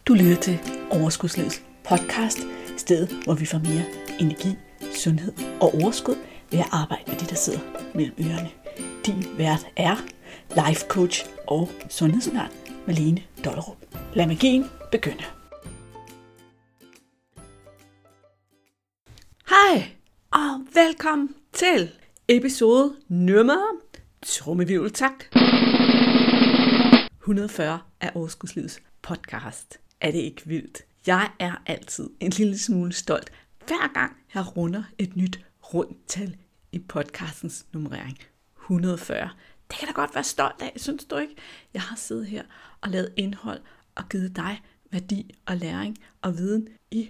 Du lytter til Overskudslivets podcast, stedet hvor vi får mere energi, sundhed og overskud ved at arbejde med de, der sidder mellem ørerne. Din vært er life coach og sundhedsundern Malene Dollerup. Lad magien begynde. Hej og velkommen til episode nummer trommevirvel tak 140 af Overskudslivets podcast. Er det ikke vildt? Jeg er altid en lille smule stolt, hver gang jeg runder et nyt rundt tal i podcastens nummerering. 140. Det kan da godt være stolt af, synes du ikke? Jeg har siddet her og lavet indhold og givet dig værdi og læring og viden i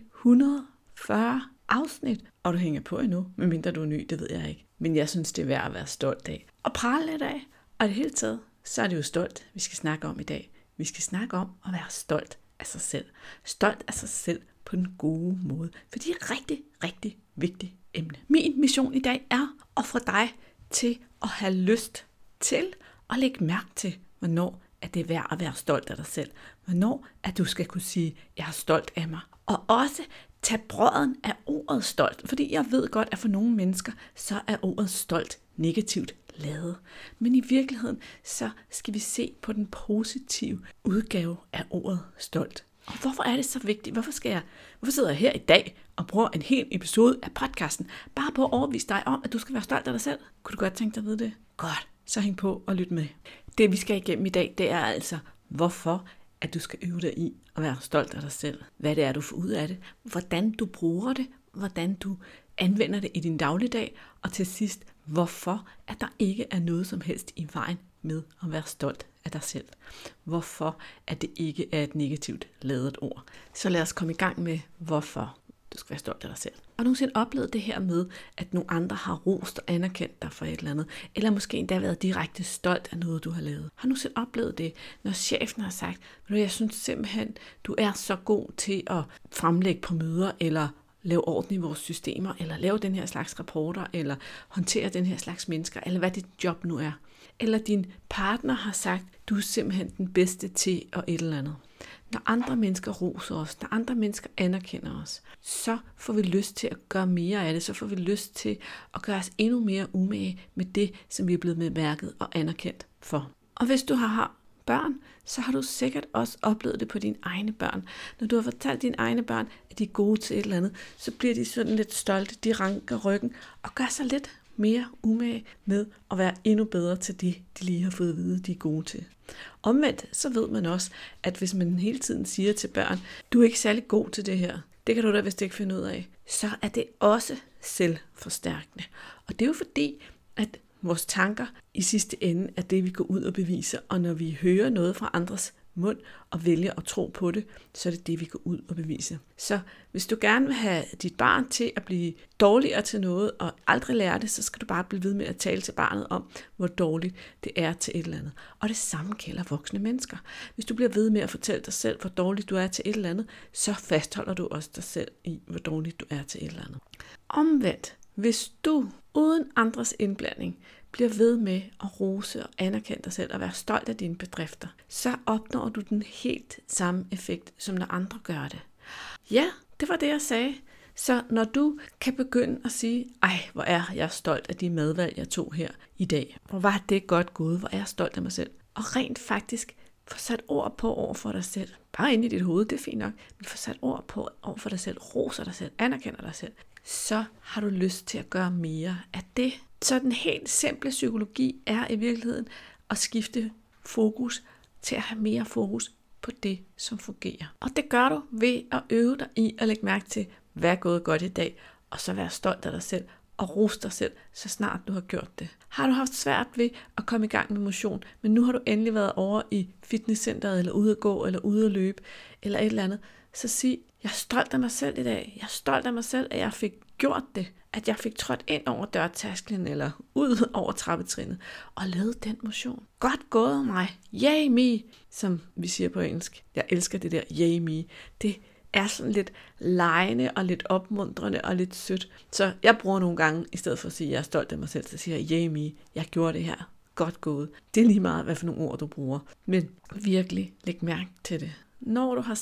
140 afsnit. Og du hænger på endnu, medmindre du er ny, det ved jeg ikke. Men jeg synes, det er værd at være stolt af. Og prale lidt af. Og i det hele taget, så er det jo stolt, vi skal snakke om i dag. Vi skal snakke om at være stolt af sig selv. Stolt af sig selv på den gode måde. For det er et rigtig, rigtig vigtigt emne. Min mission i dag er at få dig til at have lyst til at lægge mærke til, hvornår er det værd at være stolt af dig selv. Hvornår at du skal kunne sige, jeg er stolt af mig. Og også tage brøden af ordet stolt. Fordi jeg ved godt, at for nogle mennesker, så er ordet stolt negativt lavet. Men i virkeligheden, så skal vi se på den positive udgave af ordet stolt. Og hvorfor er det så vigtigt? Hvorfor sidder jeg her i dag og bruger en hel episode af podcasten, bare på at overbevise dig om, at du skal være stolt af dig selv? Kunne du godt tænke dig at vide det? Godt, så hæng på og lyt med. Det vi skal igennem i dag, det er altså, hvorfor at du skal øve dig i at være stolt af dig selv. Hvad det er, du får ud af det. Hvordan du bruger det. Hvordan du anvender det i din dagligdag. Og til sidst, hvorfor at der ikke er noget som helst i vejen med at være stolt af dig selv. Hvorfor at det ikke er et negativt ladet ord. Så lad os komme i gang med, hvorfor du skal være stolt af dig selv. Har du nogensinde oplevet det her med, at nogle andre har rost og anerkendt dig for et eller andet? Eller måske endda været direkte stolt af noget, du har lavet? Har du nogensinde oplevet det, når chefen har sagt, jeg synes simpelthen, du er så god til at fremlægge på møder, eller lave orden i vores systemer, eller lave den her slags rapporter, eller håndtere den her slags mennesker, eller hvad dit job nu er. Eller din partner har sagt, du er simpelthen den bedste til at et eller andet. Når andre mennesker roser os, når andre mennesker anerkender os, så får vi lyst til at gøre mere af det, så får vi lyst til at gøre os endnu mere umage med det, som vi er blevet bemærket og anerkendt for. Og hvis du har børn, så har du sikkert også oplevet det på dine egne børn. Når du har fortalt dine egne børn, at de er gode til et eller andet, så bliver de sådan lidt stolte, de ranker ryggen og gør sig lidt mere umage med at være endnu bedre til det, de lige har fået at vide, de er gode til. Omvendt, så ved man også, at hvis man hele tiden siger til børn, du er ikke særlig god til det her, det kan du da vist ikke finde ud af, så er det også selvforstærkende. Og det er jo fordi, at vores tanker i sidste ende er det, vi går ud og beviser, og når vi hører noget fra andres mund og vælger at tro på det, så er det det, vi går ud og beviser. Så hvis du gerne vil have dit barn til at blive dårligere til noget og aldrig lære det, så skal du bare blive ved med at tale til barnet om, hvor dårligt det er til et eller andet. Og det samme gælder voksne mennesker. Hvis du bliver ved med at fortælle dig selv, hvor dårligt du er til et eller andet, så fastholder du også dig selv i, hvor dårligt du er til et eller andet. Omvendt, hvis du uden andres indblanding bliver ved med at rose og anerkende dig selv og være stolt af dine bedrifter, så opnår du den helt samme effekt, som når andre gør det. Ja, det var det, jeg sagde. Så når du kan begynde at sige, hvor er jeg stolt af de madvalg, jeg tog her i dag. Hvor var det godt gået, hvor er jeg stolt af mig selv. Og rent faktisk få sat ord på over for dig selv. Bare inde i dit hoved, det er fint nok. Men få sat ord på over for dig selv, roser dig selv, anerkender dig selv. Så har du lyst til at gøre mere af det. Så den helt simple psykologi er i virkeligheden at skifte fokus til at have mere fokus på det, som fungerer. Og det gør du ved at øve dig i at lægge mærke til, hvad er gået godt i dag, og så være stolt af dig selv og rose dig selv, så snart du har gjort det. Har du haft svært ved at komme i gang med motion, men nu har du endelig været over i fitnesscenteret, eller ude at gå, eller ude at løbe, eller et eller andet, så sig, jeg er stolt af mig selv i dag. Jeg er stolt af mig selv, at jeg fik gjort det. At jeg fik trådt ind over dørtærsklen eller ud over trappetrinnet og lavet den motion. Godt gået mig. Yay me, som vi siger på engelsk. Jeg elsker det der yay me. Det er sådan lidt legende og lidt opmuntrende og lidt sødt. Så jeg bruger nogle gange, i stedet for at sige, at jeg er stolt af mig selv, så siger jeg yay me. Jeg gjorde det her. Godt gået. Det er lige meget, hvad for nogle ord du bruger. Men virkelig læg mærke til det. Når du har sagt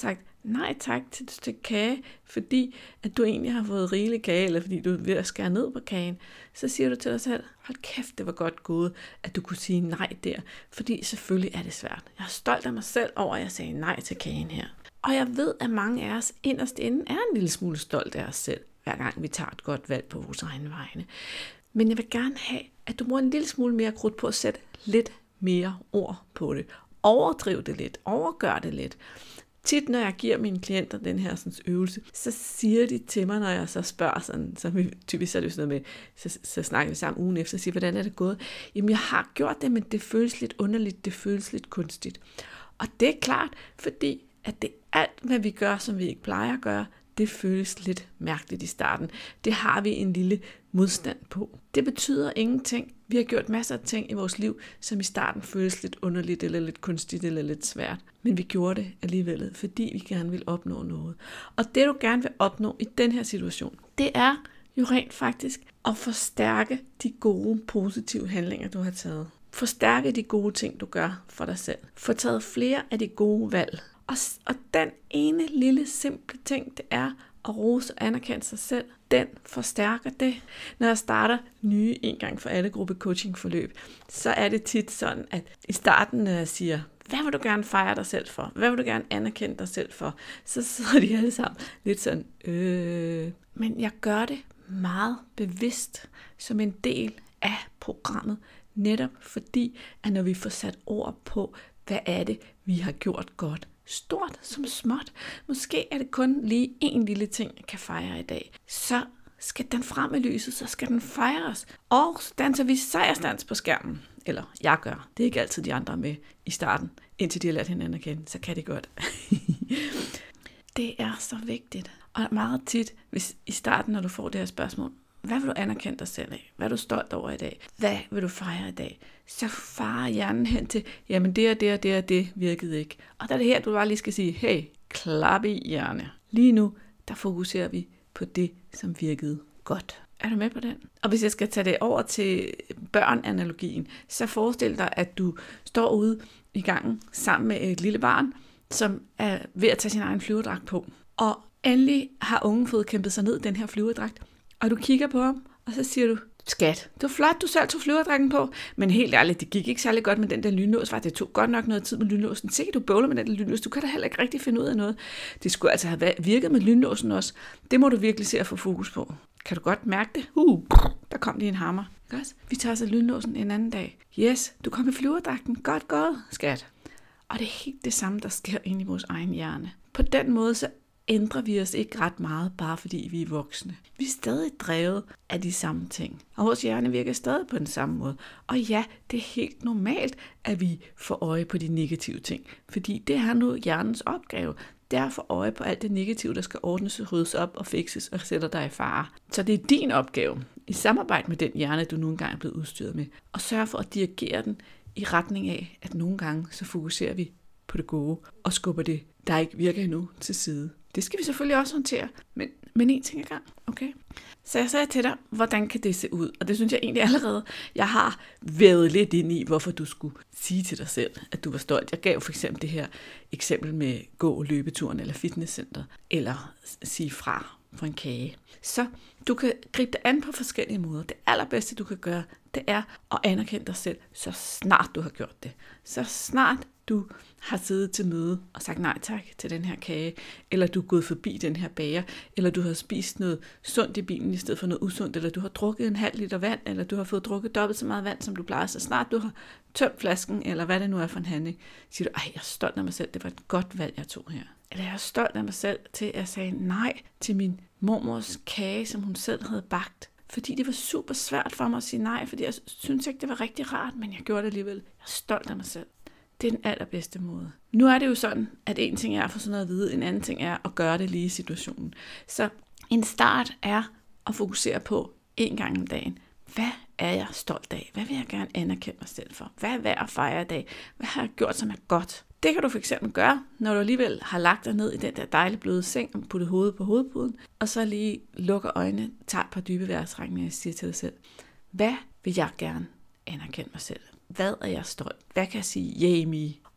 nej tak til et stykke kage, fordi at du egentlig har fået rigelig kage, eller fordi du er ved at skære ned på kagen, så siger du til dig selv, hold kæft, det var godt gået, at du kunne sige nej der, fordi selvfølgelig er det svært. Jeg er stolt af mig selv over, at jeg sagde nej til kagen her. Og jeg ved, at mange af os inderst inde er en lille smule stolt af os selv, hver gang vi tager et godt valg på vores egne vegne. Men jeg vil gerne have, at du bruger en lille smule mere krudt på at sætte lidt mere ord på det. Overdriv det lidt, overgør det lidt. Tit, når jeg giver mine klienter den her sådan, øvelse, så siger de til mig, når jeg så spørger, sådan, så typisk er det sådan noget med, så snakker vi sammen ugen efter, og siger, hvordan er det gået? Jamen, jeg har gjort det, men det føles lidt underligt, det føles lidt kunstigt. Og det er klart, fordi at det alt, hvad vi gør, som vi ikke plejer at gøre, det føles lidt mærkeligt i starten. Det har vi en lille modstand på. Det betyder ingenting. Vi har gjort masser af ting i vores liv, som i starten føles lidt underligt, eller lidt kunstigt, eller lidt svært. Men vi gjorde det alligevel, fordi vi gerne vil opnå noget. Og det, du gerne vil opnå i den her situation, det er jo rent faktisk at forstærke de gode, positive handlinger, du har taget. Forstærke de gode ting, du gør for dig selv. Få taget flere af de gode valg. Og den ene lille simple ting, det er at rose og anerkende sig selv, den forstærker det. Når jeg starter nye en gang for alle gruppe coaching forløb, så er det tit sådan, at i starten, når jeg siger, hvad vil du gerne fejre dig selv for? Hvad vil du gerne anerkende dig selv for? Så sidder de alle sammen lidt sådan, Men jeg gør det meget bevidst som en del af programmet, netop fordi, at når vi får sat ord på, hvad er det, vi har gjort godt, stort som småt. Måske er det kun lige en lille ting, jeg kan fejre i dag. Så skal den frem i lyset, så skal den fejres. Og så danser vi sejrsdans på skærmen. Eller jeg gør. Det er ikke altid de andre med i starten. Indtil de har lært hinanden at kende, så kan det godt. Det er så vigtigt. Og meget tit, hvis i starten, når du får det her spørgsmål, hvad vil du anerkende dig selv af? Hvad er du stolt over i dag? Hvad vil du fejre i dag? Så farer hjernen hen til, jamen det og det og det og det virkede ikke. Og der er det her, du bare lige skal sige, hey, klap i hjerne. Lige nu, der fokuserer vi på det, som virkede godt. Er du med på den? Og hvis jeg skal tage det over til børn-analogien, så forestil dig, at du står ude i gangen sammen med et lille barn, som er ved at tage sin egen flyverdragt på. Og endelig har ungen fået kæmpet sig ned den her flyverdragt. Og du kigger på ham, og så siger du, skat, det var flot, du selv tog flyverdragten på, men helt ærligt, det gik ikke særlig godt med den der lynlås, for det tog godt nok noget tid med lynlåsen. Sikkert du bøvler med den der lynlås, du kan da heller ikke rigtig finde ud af noget. Det skulle altså have virket med lynlåsen også. Det må du virkelig se at få fokus på. Kan du godt mærke det? Der kom lige en hammer. Vi tager så lynlåsen en anden dag. Yes, du kom i flyverdragten. Godt gået, skat. Og det er helt det samme, der sker inde i vores egen hjerne. På den måde så ændrer vi os ikke ret meget, bare fordi vi er voksne. Vi er stadig drevet af de samme ting. Og vores hjerne virker stadig på den samme måde. Og ja, det er helt normalt, at vi får øje på de negative ting. Fordi det er nu hjernens opgave. Det er at få øje på alt det negative, der skal ordnes, ryddes op og fikses og sætter dig i fare. Så det er din opgave, i samarbejde med den hjerne, du nogle gange er blevet udstyret med, og sørge for at dirigere den i retning af, at nogle gange så fokuserer vi på det gode og skubber det, der ikke virker endnu, til side. Det skal vi selvfølgelig også håndtere, men en ting ad gang, okay? Så jeg sagde til dig, hvordan kan det se ud? Og det synes jeg egentlig allerede, jeg har vævet lidt ind i, hvorfor du skulle sige til dig selv, at du var stolt. Jeg gav for eksempel det her eksempel med gå-løbeturen eller fitnesscenter, eller sige fra for en kage. Så du kan gribe det an på forskellige måder. Det allerbedste, du kan gøre, det er at anerkende dig selv, så snart du har gjort det. Så snart du har siddet til møde og sagt nej tak til den her kage, eller du er gået forbi den her bager, eller du har spist noget sundt i bilen i stedet for noget usundt, eller du har drukket en halv liter vand, eller du har fået drukket dobbelt så meget vand, som du plejer, så snart du har tømt flasken, eller hvad det nu er for en handling, siger du, jeg er stolt af mig selv, det var et godt valg, jeg tog her. Eller jeg er stolt af mig selv til at sige nej til min mormors kage, som hun selv havde bagt. Fordi det var super svært for mig at sige nej, fordi jeg synes ikke, det var rigtig rart, men jeg gjorde det alligevel. Jeg er stolt af mig selv. Det er den allerbedste måde. Nu er det jo sådan, at en ting er at få sådan noget at vide, en anden ting er at gøre det lige i situationen. Så en start er at fokusere på en gang om dagen. Hvad er jeg stolt af? Hvad vil jeg gerne anerkende mig selv for? Hvad er værd at fejre i dag? Hvad har jeg gjort, som er godt? Det kan du fx gøre, når du alligevel har lagt dig ned i den der dejlige bløde seng og puttet hovedet på hovedpuden, og så lige lukker øjnene, tager et par dybe vejrtrækninger og siger til dig selv, hvad vil jeg gerne anerkende mig selv? Hvad er jeg stolt? Hvad kan jeg sige, yay me?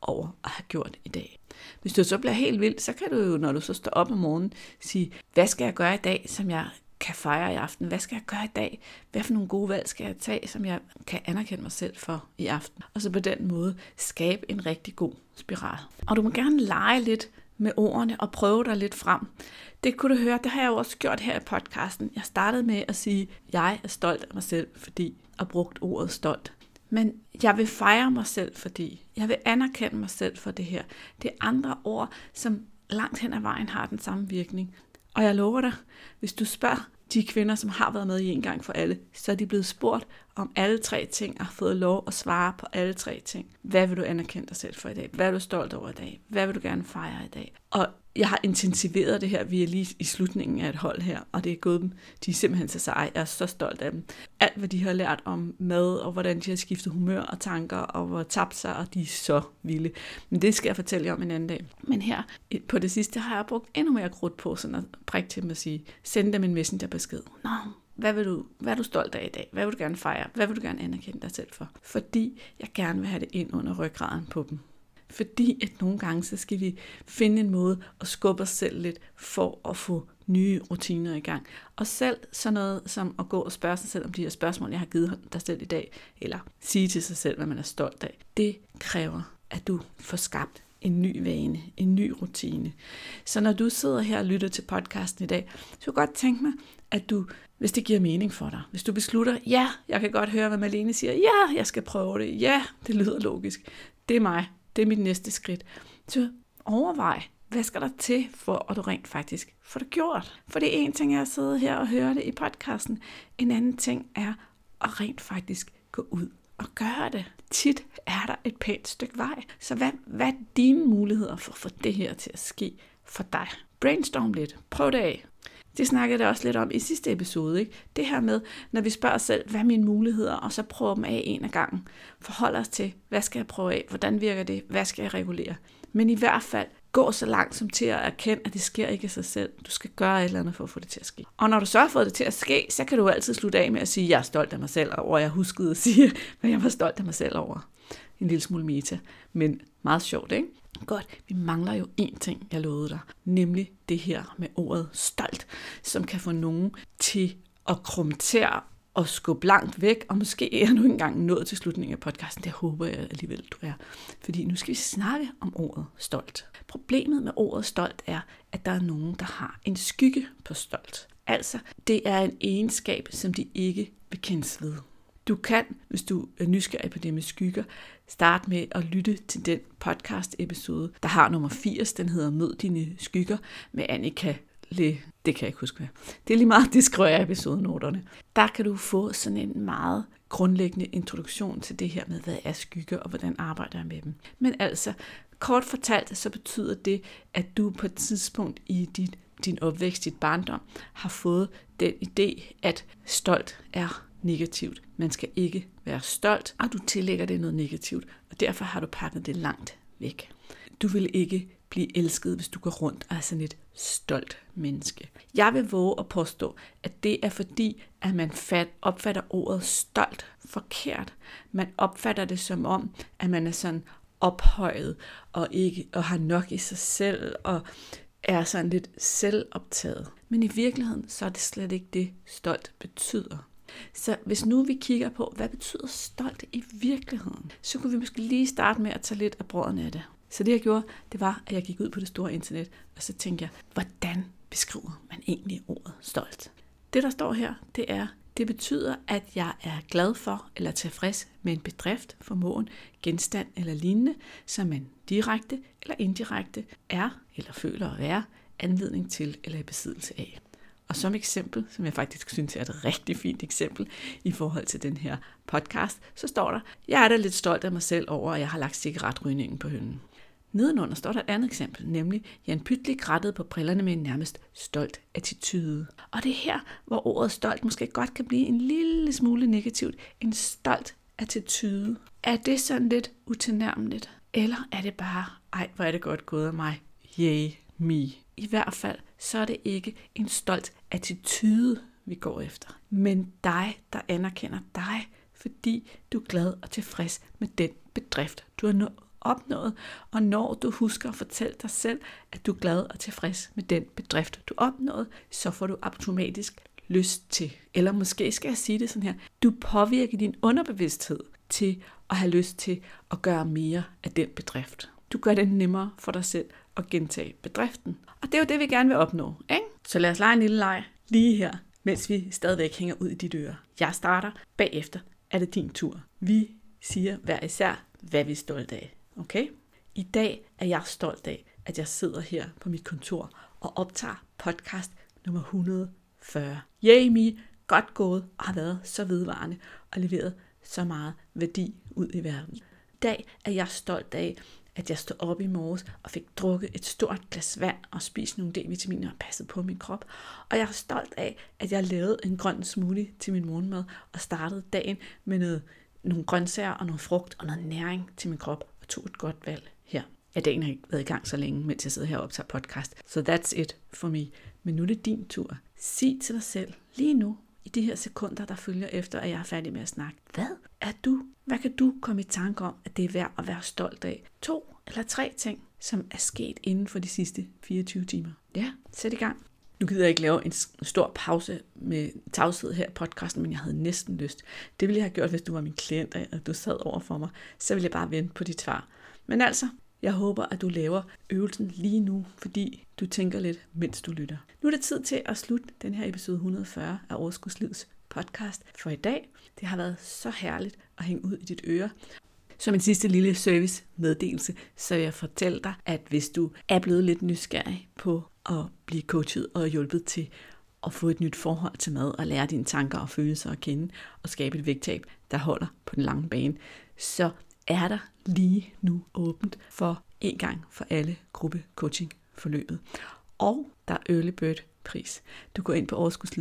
over at have gjort i dag. Hvis du så bliver helt vild, så kan du jo, når du så står op om morgenen, sige, hvad skal jeg gøre i dag, som jeg kan fejre i aften? Hvad skal jeg gøre i dag? Hvad for nogle gode valg skal jeg tage, som jeg kan anerkende mig selv for i aften? Og så på den måde skabe en rigtig god spiral. Og du må gerne lege lidt med ordene og prøve dig lidt frem. Det kunne du høre, det har jeg jo også gjort her i podcasten. Jeg startede med at sige, jeg er stolt af mig selv, fordi jeg brugt ordet stolt. Men jeg vil fejre mig selv, fordi jeg vil anerkende mig selv for det her. Det er andre ord, som langt hen ad vejen har den samme virkning. Og jeg lover dig, hvis du spørger de kvinder, som har været med i En Gang for Alle, så er de blevet spurgt om alle 3 ting og har fået lov at svare på alle 3 ting. Hvad vil du anerkende dig selv for i dag? Hvad er du stolt over i dag? Hvad vil du gerne fejre i dag? Og jeg har intensiveret det her, vi er lige i slutningen af et hold her, og det er gået dem. De er simpelthen så seje. Jeg er så stolt af dem. Alt, hvad de har lært om mad, og hvordan de har skiftet humør og tanker, og hvor tabt sig, og de er så vilde. Men det skal jeg fortælle jer om en anden dag. Men her, på det sidste, har jeg brugt endnu mere krudt på, sådan at prikke til dem og sige, send dem en messengerbesked. Nå, hvad er du stolt af i dag? Hvad vil du gerne fejre? Hvad vil du gerne anerkende dig selv for? Fordi jeg gerne vil have det ind under ryggraden på dem. Fordi at nogle gange, så skal vi finde en måde at skubbe os selv lidt for at få nye rutiner i gang. Og selv sådan noget som at gå og spørge sig selv om de her spørgsmål, jeg har givet dig selv i dag, eller sige til sig selv, hvad man er stolt af, det kræver, at du får skabt en ny vane, en ny rutine. Så når du sidder her og lytter til podcasten i dag, så kunne jeg godt tænke mig, at du, hvis det giver mening for dig, hvis du beslutter, ja, jeg kan godt høre, hvad Malene siger, ja, jeg skal prøve det, ja, det lyder logisk, det er mig, det er mit næste skridt. Så overvej, hvad skal der til, for at du rent faktisk får det gjort? For det er en ting, jeg sidder her og hører det i podcasten. En anden ting er at rent faktisk gå ud og gøre det. Tit er der et pænt stykke vej. Så hvad er dine muligheder for at få det her til at ske for dig? Brainstorm lidt. Prøv det af. Det snakkede jeg også lidt om i sidste episode, ikke? Det her med, når vi spørger os selv, hvad er mine muligheder, og så prøver dem af en af gangen. Forhold os til, hvad skal jeg prøve af? Hvordan virker det? Hvad skal jeg regulere? Men i hvert fald, gå så langt som til at erkende, at det sker ikke af sig selv. Du skal gøre et eller andet for at få det til at ske. Og når du så har fået det til at ske, så kan du altid slutte af med at sige, at jeg er stolt af mig selv over. Jeg huskede at sige, at jeg var stolt af mig selv over. En lille smule meta, men meget sjovt, ikke? Godt, vi mangler jo én ting, jeg lovede dig, nemlig det her med ordet stolt, som kan få nogen til at krumtere og skubbe langt væk, og måske er jeg nu engang nået til slutningen af podcasten, det håber jeg alligevel, du er. Fordi nu skal vi snakke om ordet stolt. Problemet med ordet stolt er, at der er nogen, der har en skygge på stolt. Altså, det er en egenskab, som de ikke vil kendes ved. Du kan, hvis du er nysgerrig på det med skygger, starte med at lytte til den podcast-episode, der har nummer 80, den hedder Mød dine skygger, med Annika Le. Det kan jeg ikke huske hvad. Det er lige meget, det skriver jeg i episodenoterne. Der kan du få sådan en meget grundlæggende introduktion til det her med, hvad er skygger, og hvordan arbejder jeg med dem. Men altså, kort fortalt, så betyder det, at du på et tidspunkt i din opvækst, dit barndom, har fået den idé, at stolt er negativt. Man skal ikke være stolt, og du tillægger det noget negativt, og derfor har du pakket det langt væk. Du vil ikke blive elsket, hvis du går rundt og er sådan et stolt menneske. Jeg vil våge at påstå, at det er fordi, at man opfatter ordet stolt forkert. Man opfatter det som om, at man er sådan ophøjet og har nok i sig selv og er sådan lidt selvoptaget. Men i virkeligheden, så er det slet ikke det, stolt betyder. Så hvis nu vi kigger på, hvad betyder stolt i virkeligheden, så kunne vi måske lige starte med at tage lidt af brødene af det. Så det jeg gjorde, det var, at jeg gik ud på det store internet, og så tænkte jeg, hvordan beskriver man egentlig ordet stolt? Det der står her, det betyder, at jeg er glad for eller tilfreds med en bedrift, formåen, genstand eller lignende, som man direkte eller indirekte er eller føler at være anledning til eller i besiddelse af. Og som eksempel, som jeg faktisk synes er et rigtig fint eksempel i forhold til den her podcast, så står der, jeg er da lidt stolt af mig selv over, at jeg har lagt cigaretrygningen på hylden. Nedenunder står der et andet eksempel, nemlig Jan Pytlik rettede på brillerne med en nærmest stolt attitude. Og det er her, hvor ordet stolt måske godt kan blive en lille smule negativt. En stolt attitude. Er det sådan lidt utilnærmeligt? Eller er det bare, ej, hvor er det godt gået af mig? Yay, me. I hvert fald, så er det ikke en stolt attitude, vi går efter. Men dig, der anerkender dig, fordi du er glad og tilfreds med den bedrift, du har nået opnået, og når du husker at fortælle dig selv, at du er glad og tilfreds med den bedrift, du opnåede, så får du automatisk lyst til, eller måske skal jeg sige det sådan her, du påvirker din underbevidsthed til at have lyst til at gøre mere af den bedrift. Du gør det nemmere for dig selv at gentage bedriften. Og det er jo det, vi gerne vil opnå, ikke? Så lad os lege en lille leg lige her, mens vi stadigvæk hænger ud i dit øre. Jeg starter, bagefter er det din tur. Vi siger hver især, hvad vi er stolte af. Okay? I dag er jeg stolt af, at jeg sidder her på mit kontor og optager podcast nummer 140. Yay me, godt gået og har været så vedvarende og leveret så meget værdi ud i verden. I dag er jeg stolt af, at jeg stod op i morges og fik drukket et stort glas vand og spist nogle D-vitaminer og passet på min krop. Og jeg er stolt af, at jeg lavede en grøn smoothie til min morgenmad og startede dagen med nogle grøntsager og noget frugt og noget næring til min krop og tog et godt valg her. Ja, dagen har ikke været i gang så længe, mens jeg sidder her og optager podcast. So that's it for me. Men nu er det din tur. Sig til dig selv lige nu, i de her sekunder, der følger efter, at jeg er færdig med at snakke. Hvad kan du komme i tanke om, at det er værd at være stolt af? 2 eller 3 ting, som er sket inden for de sidste 24 timer. Ja, sæt i gang. Nu gider jeg ikke lave en stor pause med tavshed her i podcasten, men jeg havde næsten lyst. Det ville jeg have gjort, hvis du var min klient, og du sad over for mig. Så ville jeg bare vente på dit svar. Men altså, jeg håber, at du laver øvelsen lige nu, fordi du tænker lidt, mens du lytter. Nu er det tid til at slutte den her episode 140 af Overskudslivets podcast for i dag. Det har været så herligt at hænge ud i dit øre. Som en sidste lille service-meddelelse, så vil jeg fortælle dig, at hvis du er blevet lidt nysgerrig på at blive coachet og hjulpet til at få et nyt forhold til mad og lære dine tanker og følelser at kende og skabe et vægttab, der holder på den lange bane, så er der lige nu åbent for en gang for alle gruppecoaching-forløbet. Og der er early bird pris. Du går ind på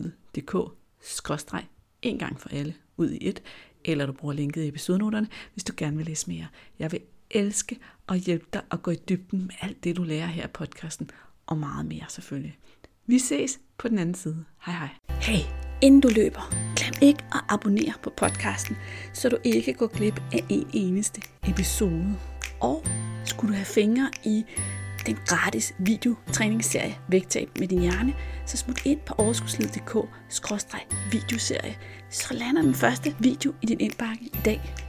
overskudslivet.dk/en gang for alle ud i et, eller du bruger linket i episodenoterne, hvis du gerne vil læse mere. Jeg vil elske at hjælpe dig at gå i dybden med alt det, du lærer her i podcasten, og meget mere selvfølgelig. Vi ses på den anden side. Hej hej. Hey, inden du løber, glem ikke at abonnere på podcasten, så du ikke går glip af en eneste episode. Og skulle du have fingre i den gratis videotræningsserie Vægttab med din hjerne, så smut ind på overskudslivet.dk/videoserie, så lander den første video i din indbakke i dag.